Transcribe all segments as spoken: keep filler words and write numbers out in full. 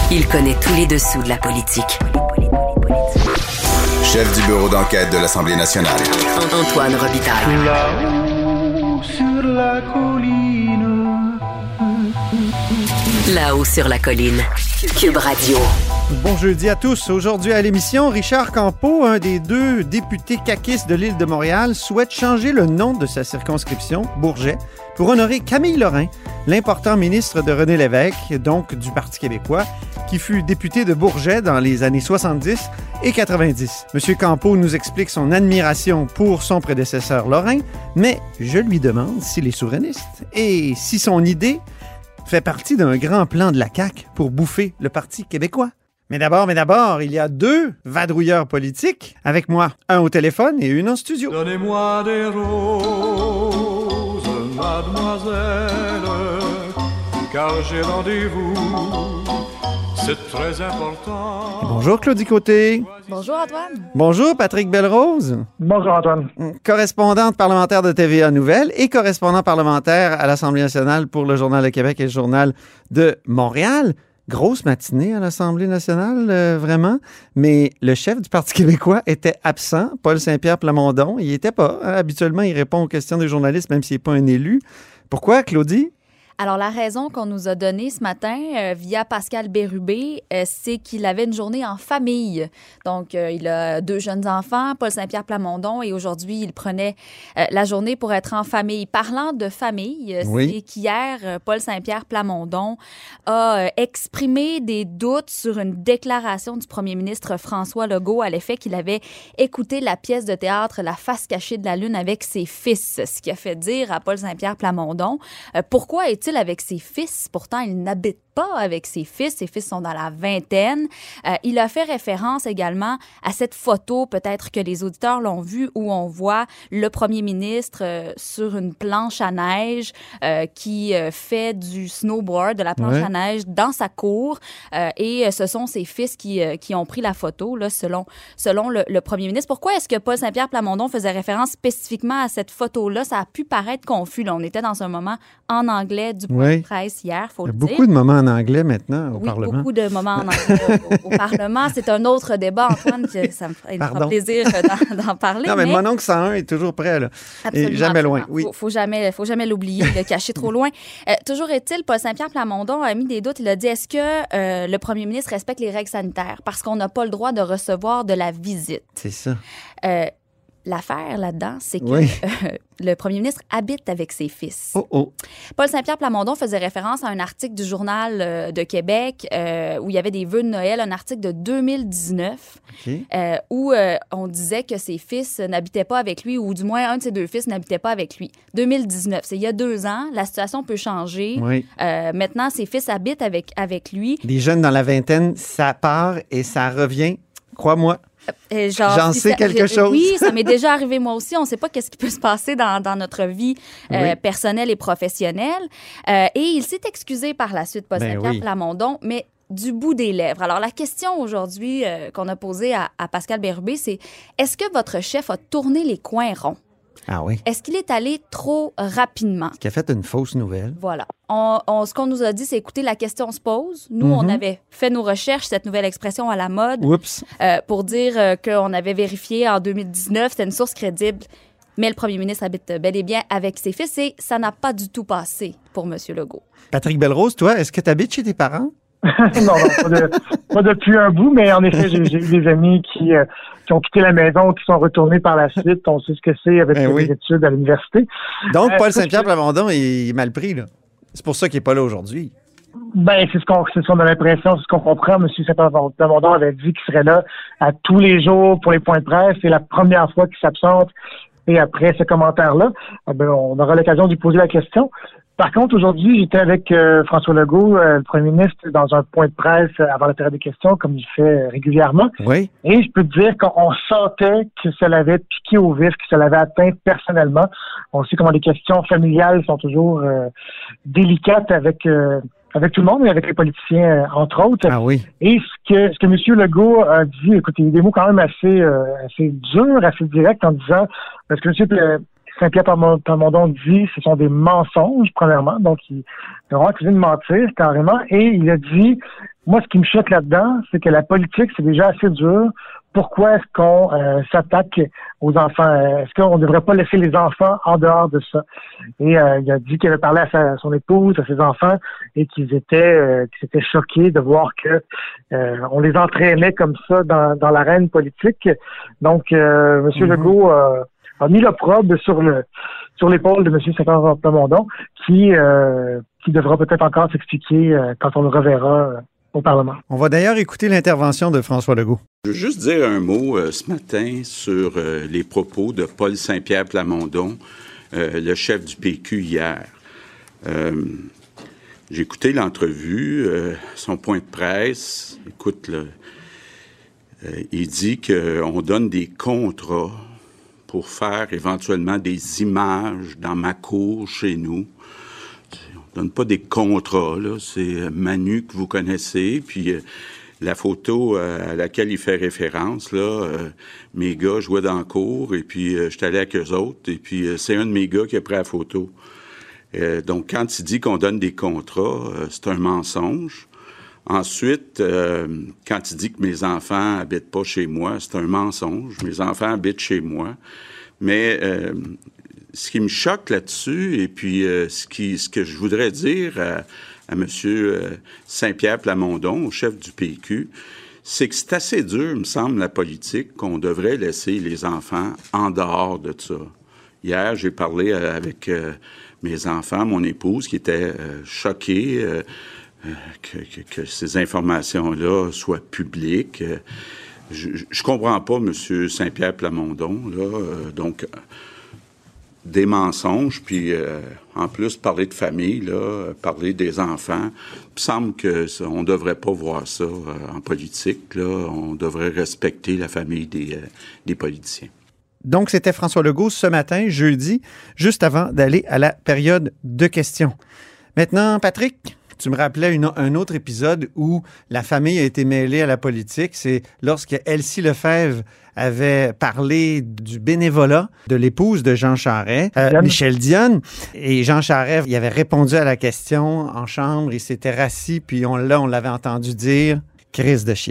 Il connaît tous les dessous de la politique. Chef du bureau d'enquête de l'Assemblée nationale. Antoine Robitaille. Là-haut sur la colline. Là-haut sur la colline. Cube Radio. Bon jeudi à tous. Aujourd'hui à l'émission, Richard Campeau, un des deux députés caquistes de l'île de Montréal, souhaite changer le nom de sa circonscription, Bourget, pour honorer Camille Lorrain, l'important ministre de René Lévesque, donc du Parti québécois, qui fut député de Bourget dans les années soixante-dix et quatre-vingt-dix. M. Campeau nous explique son admiration pour son prédécesseur Lorrain, mais je lui demande s'il est souverainiste et si son idée fait partie d'un grand plan de la C A Q pour bouffer le Parti québécois. Mais d'abord, mais d'abord, il y a deux vadrouilleurs politiques avec moi, un au téléphone et une en studio. Donnez-moi des roses, mademoiselle, car j'ai rendez-vous, c'est très important. Bonjour Claudie Côté. Bonjour Antoine. Bonjour Patrick Belrose. Bonjour Antoine. Correspondante parlementaire de T V A Nouvelles et correspondant parlementaire à l'Assemblée nationale pour le Journal de Québec et le Journal de Montréal. Grosse matinée à l'Assemblée nationale, euh, vraiment. Mais le chef du Parti québécois était absent, Paul Saint-Pierre Plamondon. Il n'y était pas. Hein. Habituellement, il répond aux questions des journalistes, même s'il n'est pas un élu. Pourquoi, Claudie? Alors, la raison qu'on nous a donnée ce matin euh, via Pascal Bérubé, euh, c'est qu'il avait une journée en famille. Donc, euh, il a deux jeunes enfants, Paul Saint-Pierre Plamondon, et aujourd'hui, il prenait euh, la journée pour être en famille. Parlant de famille, euh, oui. c'est qu'hier, euh, Paul Saint-Pierre Plamondon a euh, exprimé des doutes sur une déclaration du premier ministre François Legault à l'effet qu'il avait écouté la pièce de théâtre La face cachée de la lune avec ses fils, ce qui a fait dire à Paul Saint-Pierre Plamondon euh, pourquoi est-il avec ses fils? Pourtant, il n'habite pas avec ses fils. Ses fils sont dans la vingtaine. Euh, il a fait référence également à cette photo, peut-être que les auditeurs l'ont vue, où on voit le premier ministre euh, sur une planche à neige euh, qui euh, fait du snowboard, de la planche ouais. à neige dans sa cour. Euh, et euh, ce sont ses fils qui, euh, qui ont pris la photo, là, selon, selon le, le premier ministre. Pourquoi est-ce que Paul Saint-Pierre Plamondon faisait référence spécifiquement à cette photo-là? Ça a pu paraître confus. Là. On était dans un moment en anglais du point oui. de presse hier, il faut le dire. Beaucoup de moments en anglais maintenant au oui, Parlement. beaucoup de moments en anglais au, au Parlement. C'est un autre débat, Antoine, que ça me fera, il me fera plaisir d'en, d'en parler. Non, mais, mais mon oncle cent un est toujours prêt, là. Absolument. Et jamais loin, oui. Faut, faut jamais, faut jamais l'oublier, le cacher trop loin. Euh, toujours est-il, Paul Saint-Pierre Plamondon a mis des doutes. Il a dit, est-ce que euh, le premier ministre respecte les règles sanitaires? Parce qu'on n'a pas le droit de recevoir de la visite. C'est ça. Euh, L'affaire là-dedans, c'est que oui. euh, le premier ministre habite avec ses fils. Oh, oh. Paul Saint-Pierre Plamondon faisait référence à un article du Journal euh, de Québec euh, où il y avait des vœux de Noël, un article de deux mille dix-neuf okay. euh, où euh, on disait que ses fils n'habitaient pas avec lui, ou du moins un de ses deux fils n'habitait pas avec lui. deux mille dix-neuf, c'est il y a deux ans. La situation peut changer. Oui. Euh, maintenant, ses fils habitent avec, avec lui. Les jeunes dans la vingtaine, ça part et ça revient, crois-moi. Euh, genre, J'en si sais ça, quelque je, chose. Oui, ça m'est déjà arrivé moi aussi. On ne sait pas qu'est-ce qui peut se passer dans, dans notre vie euh, oui. personnelle et professionnelle. Euh, et il s'est excusé par la suite, Paul ben Saint-Pierre oui. Plamondon, mais du bout des lèvres. Alors, la question aujourd'hui euh, qu'on a posée à, à Pascal Bérubé, c'est est-ce que votre chef a tourné les coins ronds? Ah oui. Est-ce qu'il est allé trop rapidement? Qui a fait une fausse nouvelle. Voilà. On, on, ce qu'on nous a dit, c'est écoutez, la question se pose. Nous, mm-hmm. on avait fait nos recherches, cette nouvelle expression à la mode, Oups. Euh, pour dire euh, qu'on avait vérifié en deux mille dix-neuf, c'était une source crédible. Mais le premier ministre habite bel et bien avec ses fils et ça n'a pas du tout passé pour M. Legault. Patrick Belrose, toi, est-ce que tu habites chez tes parents? non, non pas, de, pas depuis un bout, mais en effet, j'ai, j'ai eu des amis qui, euh, qui ont quitté la maison, qui sont retournés par la suite. On sait ce que c'est avec ben les oui. études à l'université. Donc, euh, Paul Saint-Pierre Plamondon est mal pris, là. C'est pour ça qu'il n'est pas là aujourd'hui. Ben, c'est ce qu'on, c'est ce qu'on a l'impression, c'est ce qu'on comprend. M. Saint-Pierre Plamondon avait dit qu'il serait là à tous les jours pour les points de presse. C'est la première fois qu'il s'absente. Et après ce commentaire-là, ben, on aura l'occasion de lui poser la question. Par contre, aujourd'hui, j'étais avec euh, François Legault, euh, le premier ministre, dans un point de presse euh, avant la période des questions, comme il fait euh, régulièrement. Oui. Et je peux te dire qu'on sentait que ça l'avait piqué au vif, que ça l'avait atteint personnellement. On sait comment les questions familiales sont toujours euh, délicates avec euh, avec tout le monde, mais avec les politiciens, euh, entre autres. Ah oui. Et ce que ce que M. Legault a dit, écoutez, il y a des mots quand même assez, euh, assez durs, assez directs en disant, parce que M. Saint-Pierre Plamondon dit ce sont des mensonges, premièrement. Donc, il a vraiment accusé de mentir, carrément. Et il a dit, moi, ce qui me choque là-dedans, c'est que la politique, c'est déjà assez dur. Pourquoi est-ce qu'on euh, s'attaque aux enfants? Est-ce qu'on ne devrait pas laisser les enfants en dehors de ça? Et euh, il a dit qu'il avait parlé à, sa, à son épouse, à ses enfants, et qu'ils étaient euh, qu'ils étaient choqués de voir que euh, on les entraînait comme ça dans, dans l'arène politique. Donc, euh, M. Mm-hmm. Legault euh, a mis l'opprobre sur le sur l'épaule de M. Saint-Pierre Plamondon, qui euh, qui devra peut-être encore s'expliquer euh, quand on le reverra euh, au Parlement. On va d'ailleurs écouter l'intervention de François Legault. Je veux juste dire un mot euh, ce matin sur euh, les propos de Paul Saint-Pierre Plamondon, euh, le chef du P Q hier. Euh, j'ai écouté l'entrevue, euh, son point de presse. Écoute, là, euh, il dit qu'on donne des contrats pour faire éventuellement des images dans ma cour chez nous. On donne pas des contrats, là. C'est Manu que vous connaissez, puis euh, la photo euh, à laquelle il fait référence, là, euh, mes gars jouaient dans la cour, et puis euh, j'étais allé avec eux autres, et puis euh, c'est un de mes gars qui a pris la photo. Euh, donc, quand il dit qu'on donne des contrats, euh, c'est un mensonge. Ensuite, euh, quand il dit que mes enfants habitent pas chez moi, c'est un mensonge. Mes enfants habitent chez moi. Mais euh, ce qui me choque là-dessus, et puis euh, ce, qui, ce que je voudrais dire à, à M. Euh, Saint-Pierre Plamondon, au chef du P Q, c'est que c'est assez dur, me semble, la politique, qu'on devrait laisser les enfants en dehors de ça. Hier, j'ai parlé euh, avec euh, mes enfants, mon épouse, qui était euh, choquée euh, euh, que, que, que ces informations-là soient publiques. Euh, je, je comprends pas, M. Saint-Pierre Plamondon, là, euh, donc... des mensonges, puis euh, en plus, parler de famille, là, parler des enfants. Il me semble qu'on ne devrait pas voir ça euh, en politique. Là. On devrait respecter la famille des, euh, des politiciens. Donc, c'était François Legault ce matin, jeudi, juste avant d'aller à la période de questions. Maintenant, Patrick, tu me rappelais une, un autre épisode où la famille a été mêlée à la politique. C'est lorsque Elsie Lefebvre avait parlé du bénévolat de l'épouse de Jean Charest, euh, Michel Dionne. Et Jean Charest, il avait répondu à la question en chambre, il s'était rassis, puis on, là, on l'avait entendu dire « crise de chienne ».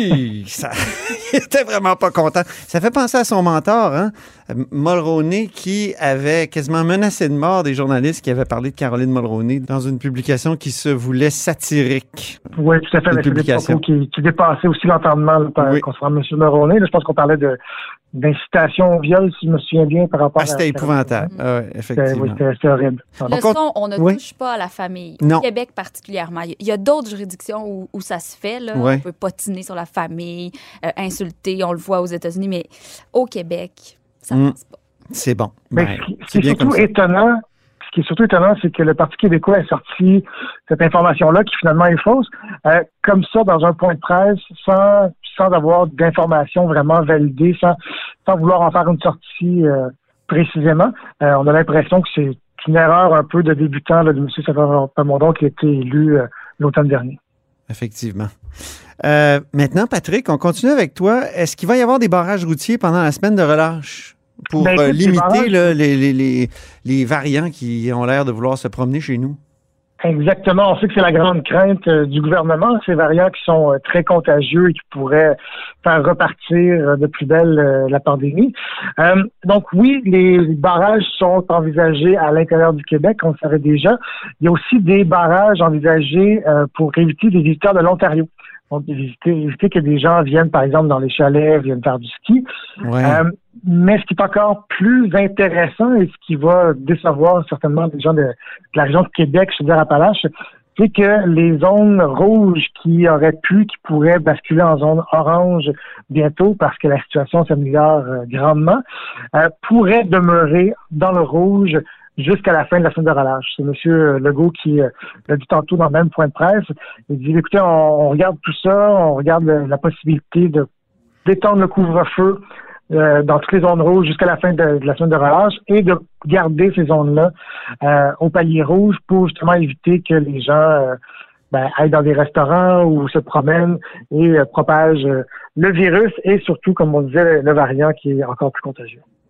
Ça, il était vraiment pas content. Ça fait penser à son mentor, hein, Mulroney, qui avait quasiment menacé de mort des journalistes qui avaient parlé de Caroline Mulroney dans une publication qui se voulait satirique. Oui, tout à fait. C'est des propos qui, qui dépassaient aussi l'entendement là, par, oui. concernant M. Mulroney. Là, je pense qu'on parlait de d'incitation au viol, si je me souviens bien, par rapport ah, c'était à... C'était épouvantable, mmh. ah, oui, effectivement. Oui, c'était, c'était horrible. Le son, on ne oui. touche pas à la famille. Non. Au Québec particulièrement. Il y a d'autres juridictions où, où ça se fait. Là. Oui. On peut patiner sur la famille, euh, insulter, on le voit aux États-Unis, mais au Québec, ça ne mmh. passe pas. C'est bon. Mais ouais, ce qui, c'est bien surtout étonnant, ce qui est surtout étonnant, c'est que le Parti québécois a sorti cette information-là qui finalement est fausse, euh, comme ça dans un point de presse, sans sans avoir d'informations vraiment validées, sans sans vouloir en faire une sortie euh, précisément. Euh, on a l'impression que c'est une erreur un peu de débutant là, de M. Saint-Pierre Plamondon qui a été élu euh, l'automne dernier. Effectivement. Euh, maintenant, Patrick, on continue avec toi. Est-ce qu'il va y avoir des barrages routiers pendant la semaine de relâche pour ben, écoute, euh, limiter barrages... là, les, les, les, les variants qui ont l'air de vouloir se promener chez nous? Exactement. On sait que c'est la grande crainte euh, du gouvernement, ces variants qui sont euh, très contagieux et qui pourraient faire repartir euh, de plus belle euh, la pandémie. Euh, donc oui, les barrages sont envisagés à l'intérieur du Québec, on le savait déjà. Il y a aussi des barrages envisagés euh, pour éviter des visiteurs de l'Ontario. Donc, éviter, éviter que des gens viennent, par exemple, dans les chalets, viennent faire du ski. Ouais. Euh, mais ce qui est encore plus intéressant et ce qui va décevoir certainement des gens de, de la région de Québec, je veux dire Appalaches, c'est que les zones rouges qui auraient pu, qui pourraient basculer en zone orange bientôt parce que la situation s'améliore euh, grandement, euh, pourraient demeurer dans le rouge jusqu'à la fin de la semaine de relâche. C'est M. Legault qui euh, l'a dit tantôt dans le même point de presse. Il dit, écoutez, on, on regarde tout ça, on regarde le, la possibilité de d'étendre le couvre-feu euh, dans toutes les zones rouges jusqu'à la fin de, de la semaine de relâche et de garder ces zones-là euh, au palier rouge pour justement éviter que les gens euh, ben, aillent dans des restaurants ou se promènent et euh, propagent euh, le virus et surtout, comme on disait, le, le variant qui est encore plus contagieux.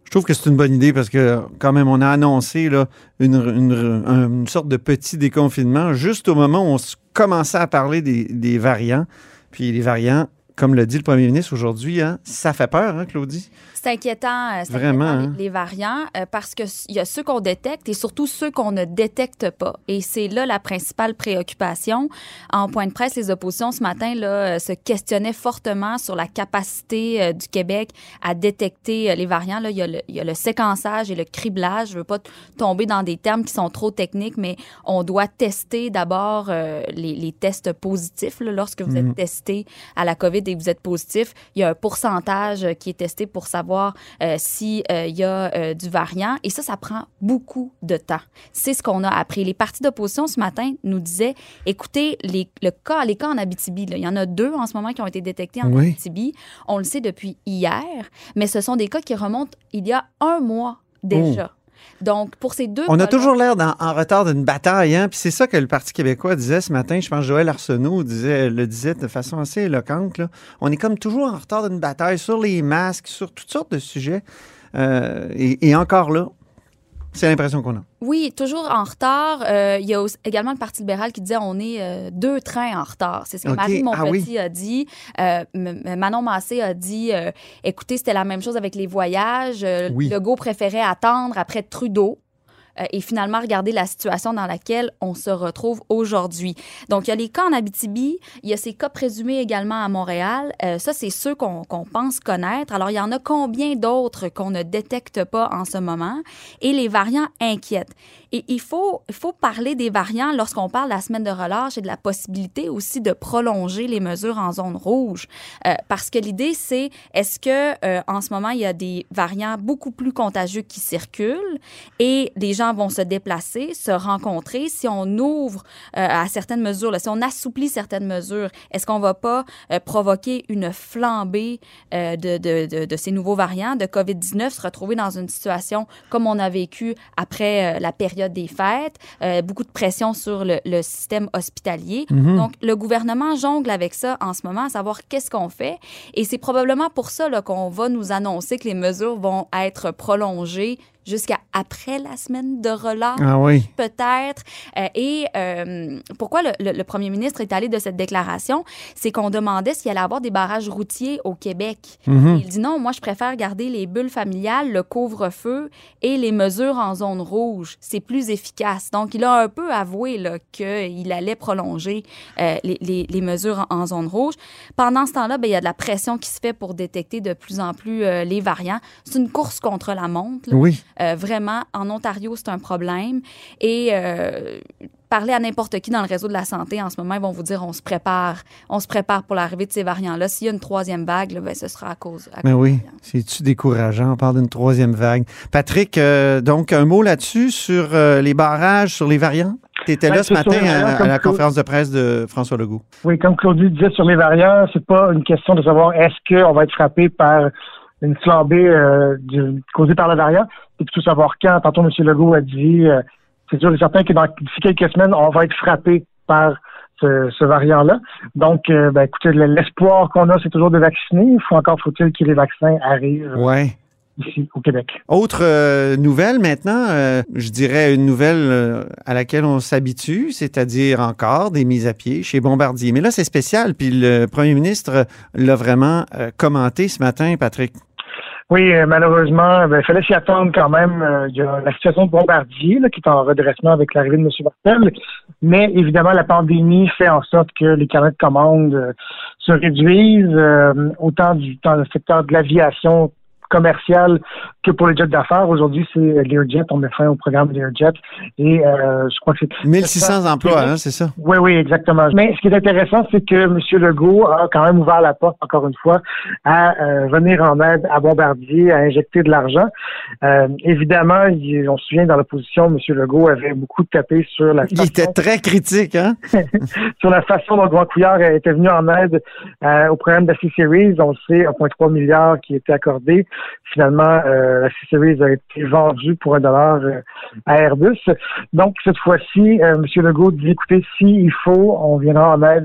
Je trouve que c'est une bonne idée parce que, quand même, on a annoncé là, une, une, une sorte de petit déconfinement juste au moment où on commençait à parler des, des variants. Puis les variants, comme l'a dit le premier ministre aujourd'hui, hein, ça fait peur, hein, Claudie? C'est inquiétant, c'est Vraiment, inquiétant hein? les, les variants, euh, parce qu'il y a ceux qu'on détecte et surtout ceux qu'on ne détecte pas. Et c'est là la principale préoccupation. En point de presse, les oppositions ce matin là, euh, se questionnaient fortement sur la capacité euh, du Québec à détecter euh, les variants. Là, il y a le, il y a le séquençage et le criblage. Je ne veux pas t- tomber dans des termes qui sont trop techniques, mais on doit tester d'abord euh, les, les tests positifs. Là, lorsque vous Mhm. êtes testé à la COVID et que vous êtes positif, il y a un pourcentage qui est testé pour savoir Euh, s'il euh, y a euh, du variant. Et ça, ça prend beaucoup de temps. C'est ce qu'on a appris. Les partis d'opposition ce matin nous disaient, écoutez, les, le cas, les cas en Abitibi, là, il y en a deux en ce moment qui ont été détectés en Oui. Abitibi. On le sait depuis hier, mais ce sont des cas qui remontent il y a un mois déjà. Donc, pour ces deux On a cas-là- toujours l'air dans- en retard d'une bataille, hein? Puis c'est ça que le Parti québécois disait ce matin. Je pense que Joël Arsenault disait, le disait de façon assez éloquente. Là. On est comme toujours en retard d'une bataille sur les masques, sur toutes sortes de sujets. Euh, et, et encore là, c'est l'impression qu'on a. Oui, toujours en retard. Euh, il y a aussi, également le Parti libéral qui disait on est euh, deux trains en retard. C'est ce que OK. Marie Ah Montpetit oui. a dit. Euh, M- Manon Massé a dit euh, écoutez, c'était la même chose avec les voyages. Euh, Oui. Legault préférait attendre après Trudeau. Euh, et finalement, regarder la situation dans laquelle on se retrouve aujourd'hui. Donc, il y a les cas en Abitibi, il y a ces cas présumés également à Montréal. Euh, ça, c'est ceux qu'on qu'on pense connaître. Alors, il y en a combien d'autres qu'on ne détecte pas en ce moment? Et les variants inquiètent. Et il faut, il faut parler des variants lorsqu'on parle de la semaine de relâche et de la possibilité aussi de prolonger les mesures en zone rouge. Euh, parce que l'idée, c'est est-ce que euh, en ce moment, il y a des variants beaucoup plus contagieux qui circulent et les gens vont se déplacer, se rencontrer. Si on ouvre euh, à certaines mesures, là, si on assouplit certaines mesures, est-ce qu'on ne va pas euh, provoquer une flambée euh, de, de, de, de ces nouveaux variants de covid dix-neuf, se retrouver dans une situation comme on a vécu après euh, la période des fêtes, euh, beaucoup de pression sur le, le système hospitalier. Mhm. Donc, le gouvernement jongle avec ça en ce moment, à savoir qu'est-ce qu'on fait. Et c'est probablement pour ça là, qu'on va nous annoncer que les mesures vont être prolongées jusqu'à après la semaine de relâche, Ah oui. peut-être. Euh, et euh, pourquoi le, le, le premier ministre est allé de cette déclaration? C'est qu'on demandait s'il allait avoir des barrages routiers au Québec. Mhm. Et il dit non, moi, je préfère garder les bulles familiales, le couvre-feu et les mesures en zone rouge. C'est plus efficace. Donc, il a un peu avoué là, qu'il allait prolonger euh, les, les, les mesures en, en zone rouge. Pendant ce temps-là, ben, il y a de la pression qui se fait pour détecter de plus en plus euh, les variants. C'est une course contre la montre. Là. Oui. Euh, vraiment, en Ontario, c'est un problème. Et euh, parler à n'importe qui dans le réseau de la santé en ce moment, ils vont vous dire on se prépare, on se prépare pour l'arrivée de ces variants-là. S'il y a une troisième vague, là, ben, ce sera à cause. À Mais cause oui, des variants. c'est-tu décourageant? On parle d'une troisième vague. Patrick, euh, donc, un mot là-dessus sur euh, les barrages, sur les variants? Tu étais Ben, là ce c'est sur matin les variants, à, à comme la Claude- conférence de presse de François Legault. Oui, comme Claudie disait sur les variants, c'est pas une question de savoir est-ce qu'on va être frappé par une flambée euh, du, causée par le variant, c'est plutôt savoir quand. Tantôt, M. Legault a dit, euh, c'est sûr et certain que dans d'ici quelques semaines, on va être frappé par ce, ce variant-là. Donc, euh, ben, écoutez, l'espoir qu'on a, c'est toujours de vacciner. Il faut encore faut-il que les vaccins arrivent Ouais. ici au Québec. Autre euh, nouvelle maintenant, euh, je dirais une nouvelle euh, à laquelle on s'habitue, c'est-à-dire encore des mises à pied chez Bombardier. Mais là, c'est spécial, puis le premier ministre l'a vraiment euh, commenté ce matin, Patrick. Oui, euh, malheureusement, ben, il fallait s'y attendre quand même. Euh, il y a la situation de Bombardier là, qui est en redressement avec l'arrivée de M. Martel. Mais évidemment, la pandémie fait en sorte que les carnets de commandes euh, se réduisent, euh, autant du, dans le secteur de l'aviation commerciale que pour les jets d'affaires. Aujourd'hui, c'est Learjet. On met fin au programme Learjet. Et euh, je crois que c'est... mille six cents emplois, hein, c'est ça? Oui, oui, exactement. Mais ce qui est intéressant, c'est que M. Legault a quand même ouvert la porte, encore une fois, à euh, venir en aide à Bombardier, à injecter de l'argent. Euh, évidemment, il, on se souvient, dans l'opposition, M. Legault avait beaucoup tapé sur la Il façon, était très critique, hein? sur la façon dont Grand Couillard était venu en aide euh, au programme de la C-Series. On le sait, un virgule trois milliard qui était accordé. Finalement, euh, la C-Series a été vendue pour un dollar euh, à Airbus. Donc, cette fois-ci, euh, M. Legault dit, écoutez, s'il faut, on viendra en aide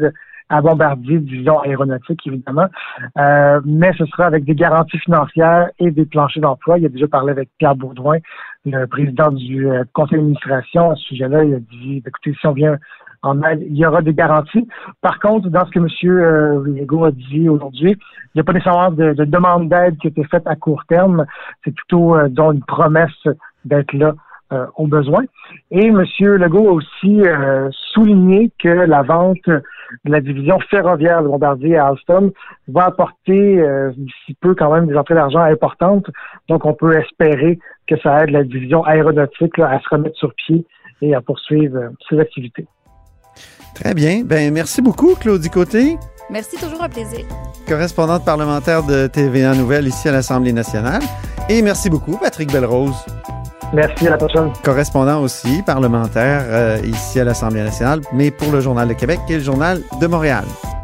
à Bombardier, division aéronautique, évidemment. Euh, mais ce sera avec des garanties financières et des planchers d'emploi. Il a déjà parlé avec Pierre Baudouin, le président du euh, conseil d'administration. À ce sujet-là, il a dit, écoutez, si on vient en aide, il y aura des garanties. Par contre, dans ce que M. Euh, Legault a dit aujourd'hui, il n'y a pas nécessairement de, de demande d'aide qui a été faite à court terme. C'est plutôt euh, donc une promesse d'être là euh, au besoin. Et M. Legault a aussi euh, souligné que la vente de la division ferroviaire de Bombardier à Alstom va apporter euh, d'ici peu quand même des entrées d'argent importantes. Donc, on peut espérer que ça aide la division aéronautique là, à se remettre sur pied et à poursuivre euh, ses activités. Très bien. Ben, merci beaucoup, Claudie Côté. Merci, toujours un plaisir. Correspondante parlementaire de T V A Nouvelles ici à l'Assemblée nationale. Et merci beaucoup, Patrick Belrose. Merci, à la prochaine. Correspondant aussi, parlementaire euh, ici à l'Assemblée nationale, mais pour le Journal de Québec et le Journal de Montréal.